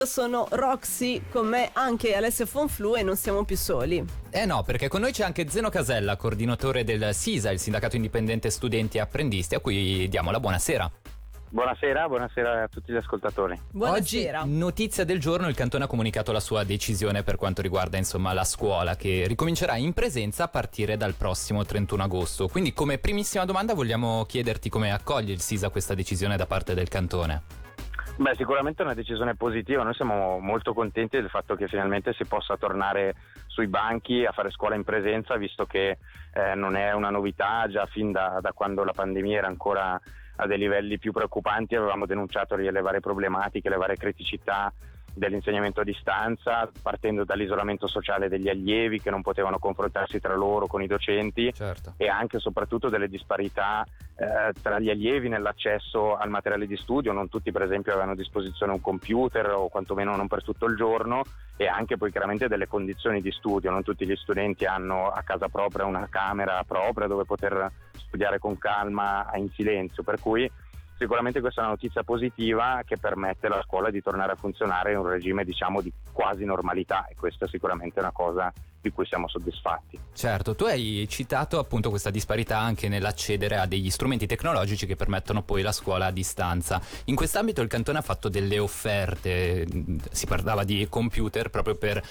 Sono Roxy, con me anche Alessio Fonflu e non siamo più soli. No, perché con noi c'è anche Zeno Casella, coordinatore del SISA, il Sindacato Indipendente Studenti e Apprendisti, a cui diamo la buonasera. Buonasera a tutti gli ascoltatori. Buonasera. Oggi, notizia del giorno, il Cantone ha comunicato la sua decisione per quanto riguarda la scuola, che ricomincerà in presenza a partire dal prossimo 31 agosto. Quindi come primissima domanda vogliamo chiederti come accoglie il SISA questa decisione da parte del Cantone. Beh, sicuramente è una decisione positiva, noi siamo molto contenti del fatto che finalmente si possa tornare sui banchi a fare scuola in presenza, visto che non è una novità, già fin da quando la pandemia era ancora a dei livelli più preoccupanti avevamo denunciato le varie problematiche, le varie criticità dell'insegnamento a distanza, partendo dall'isolamento sociale degli allievi che non potevano confrontarsi tra loro con i docenti. Certo. E anche e soprattutto delle disparità tra gli allievi nell'accesso al materiale di studio. Non tutti per esempio avevano a disposizione un computer, o quantomeno non per tutto il giorno, e anche poi chiaramente delle condizioni di studio. Non tutti gli studenti hanno a casa propria una camera propria dove poter studiare con calma in silenzio, per cui sicuramente questa è una notizia positiva che permette alla scuola di tornare a funzionare in un regime di quasi normalità, e questa è sicuramente una cosa di cui siamo soddisfatti. Certo, tu hai citato appunto questa disparità anche nell'accedere a degli strumenti tecnologici che permettono poi la scuola a distanza. In quest'ambito il Cantone ha fatto delle offerte, si parlava di computer proprio per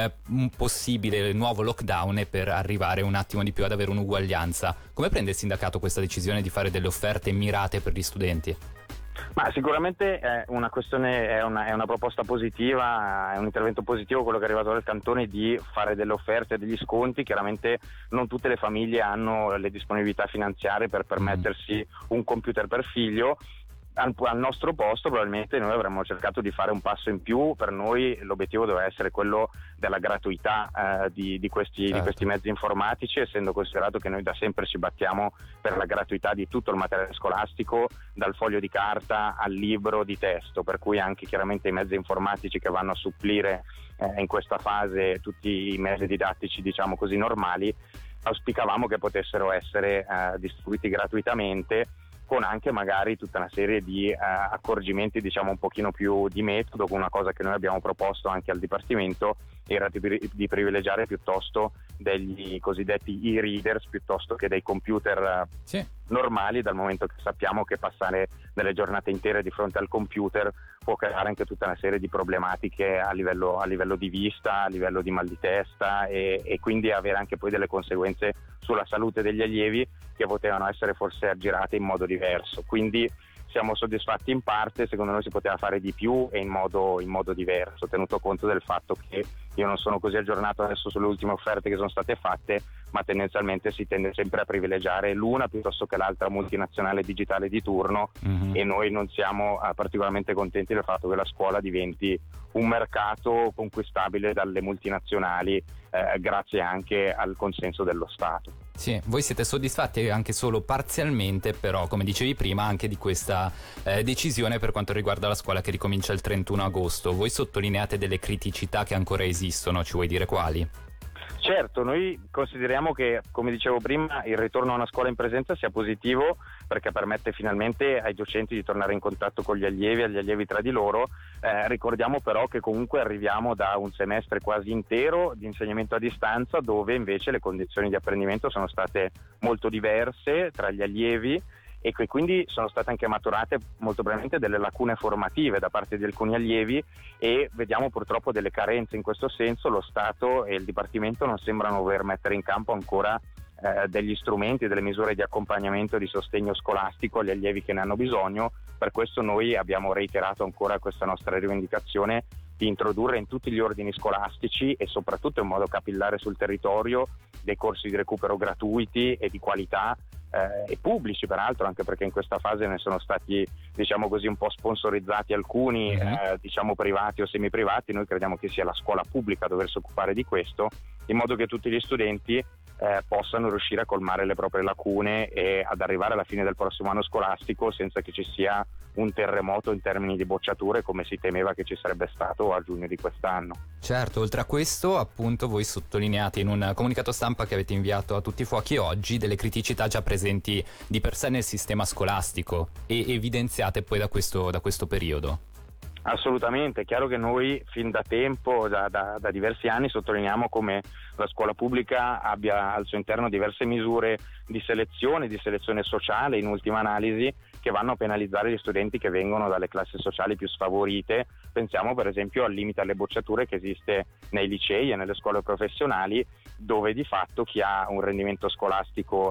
un possibile nuovo lockdown e per arrivare un attimo di più ad avere un'uguaglianza. Come prende il sindacato questa decisione di fare delle offerte mirate per gli studenti? Ma sicuramente è una questione, è una proposta positiva, è un intervento positivo quello che è arrivato dal Cantone di fare delle offerte, degli sconti. Chiaramente non tutte le famiglie hanno le disponibilità finanziarie per permettersi un computer per figlio. Al nostro posto probabilmente noi avremmo cercato di fare un passo in più. Per noi l'obiettivo doveva essere quello della gratuità di questi mezzi informatici, essendo considerato che noi da sempre ci battiamo per la gratuità di tutto il materiale scolastico, dal foglio di carta al libro di testo, per cui anche chiaramente i mezzi informatici che vanno a supplire in questa fase tutti i mezzi didattici così normali, auspicavamo che potessero essere distribuiti gratuitamente, con anche magari tutta una serie di accorgimenti un pochino più di metodo. Una cosa che noi abbiamo proposto anche al Dipartimento era di privilegiare piuttosto degli cosiddetti e-readers piuttosto che dei computer normali, dal momento che sappiamo che passare delle giornate intere di fronte al computer può creare anche tutta una serie di problematiche a livello di vista, a livello di mal di testa, e quindi avere anche poi delle conseguenze sulla salute degli allievi che potevano essere forse aggirate in modo diverso. Quindi siamo soddisfatti in parte, secondo noi si poteva fare di più e in modo diverso, tenuto conto del fatto che io non sono così aggiornato adesso sulle ultime offerte che sono state fatte, ma tendenzialmente si tende sempre a privilegiare l'una piuttosto che l'altra multinazionale digitale di turno, e noi non siamo particolarmente contenti del fatto che la scuola diventi un mercato conquistabile dalle multinazionali, grazie anche al consenso dello Stato. Sì, voi siete soddisfatti anche solo parzialmente, però come dicevi prima anche di questa decisione per quanto riguarda la scuola che ricomincia il 31 agosto. Voi sottolineate delle criticità che ancora esistono, ci vuoi dire quali? Certo, noi consideriamo che, come dicevo prima, il ritorno a una scuola in presenza sia positivo, perché permette finalmente ai docenti di tornare in contatto con gli allievi, agli allievi tra di loro. Ricordiamo però che comunque arriviamo da un semestre quasi intero di insegnamento a distanza, dove invece le condizioni di apprendimento sono state molto diverse tra gli allievi, e che quindi sono state anche maturate molto probabilmente delle lacune formative da parte di alcuni allievi, e vediamo purtroppo delle carenze in questo senso. Lo Stato e il Dipartimento non sembrano voler mettere in campo ancora degli strumenti, delle misure di accompagnamento e di sostegno scolastico agli allievi che ne hanno bisogno. Per questo noi abbiamo reiterato ancora questa nostra rivendicazione di introdurre in tutti gli ordini scolastici, e soprattutto in modo capillare sul territorio, dei corsi di recupero gratuiti e di qualità, e pubblici peraltro, anche perché in questa fase ne sono stati un po' sponsorizzati alcuni, privati o semiprivati. Noi crediamo che sia la scuola pubblica a doversi occupare di questo, in modo che tutti gli studenti possano riuscire a colmare le proprie lacune e ad arrivare alla fine del prossimo anno scolastico senza che ci sia un terremoto in termini di bocciature come si temeva che ci sarebbe stato a giugno di quest'anno. Certo, oltre a questo, appunto, voi sottolineate in un comunicato stampa che avete inviato a tutti i fuochi oggi delle criticità già presenti di per sé nel sistema scolastico e evidenziate poi da questo periodo. Assolutamente, è chiaro che noi fin da tempo, da diversi anni, sottolineiamo come la scuola pubblica abbia al suo interno diverse misure di selezione sociale in ultima analisi, che vanno a penalizzare gli studenti che vengono dalle classi sociali più sfavorite. Pensiamo per esempio al limite alle bocciature che esiste nei licei e nelle scuole professionali, dove di fatto chi ha un rendimento scolastico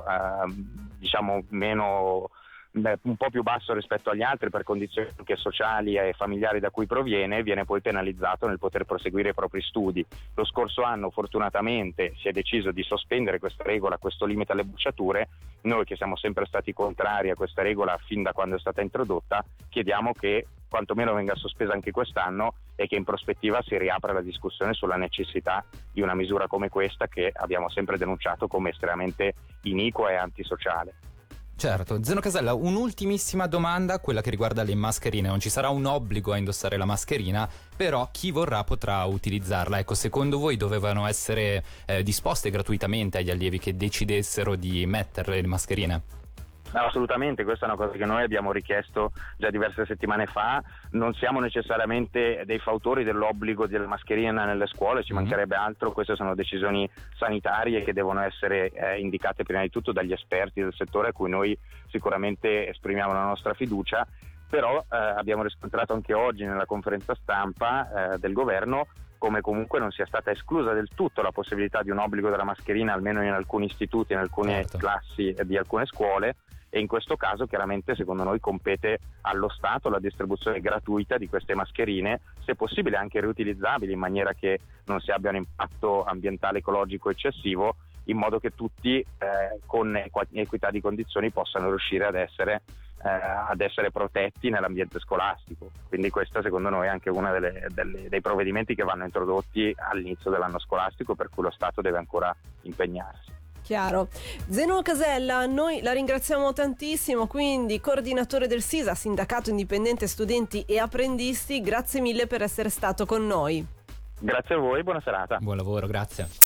un po' più basso rispetto agli altri per condizioni anche sociali e familiari da cui proviene, viene poi penalizzato nel poter proseguire i propri studi. Lo scorso anno fortunatamente si è deciso di sospendere questa regola, questo limite alle bocciature. Noi, che siamo sempre stati contrari a questa regola fin da quando è stata introdotta, chiediamo che quantomeno venga sospesa anche quest'anno e che in prospettiva si riapra la discussione sulla necessità di una misura come questa, che abbiamo sempre denunciato come estremamente iniqua e antisociale. Certo. Zeno Casella, un'ultimissima domanda, quella che riguarda le mascherine. Non ci sarà un obbligo a indossare la mascherina, però chi vorrà potrà utilizzarla. Ecco, secondo voi dovevano essere disposte gratuitamente agli allievi che decidessero di mettere le mascherine? Assolutamente, questa è una cosa che noi abbiamo richiesto già diverse settimane fa. Non siamo necessariamente dei fautori dell'obbligo della mascherina nelle scuole, ci mancherebbe altro. Queste sono decisioni sanitarie che devono essere indicate prima di tutto dagli esperti del settore, a cui noi sicuramente esprimiamo la nostra fiducia. Però abbiamo riscontrato anche oggi nella conferenza stampa del governo come comunque non sia stata esclusa del tutto la possibilità di un obbligo della mascherina, almeno in alcuni istituti, in alcune classi di alcune scuole, e in questo caso chiaramente secondo noi compete allo Stato la distribuzione gratuita di queste mascherine, se possibile anche riutilizzabili, in maniera che non si abbia un impatto ambientale ecologico eccessivo, in modo che tutti con equità di condizioni possano riuscire ad essere protetti nell'ambiente scolastico. Quindi questa secondo noi è anche una dei provvedimenti che vanno introdotti all'inizio dell'anno scolastico, per cui lo Stato deve ancora impegnarsi. Chiaro. Zeno Casella, noi la ringraziamo tantissimo, quindi coordinatore del SISA, Sindacato Indipendente Studenti e Apprendisti, grazie mille per essere stato con noi. Grazie a voi, buona serata. Buon lavoro, grazie.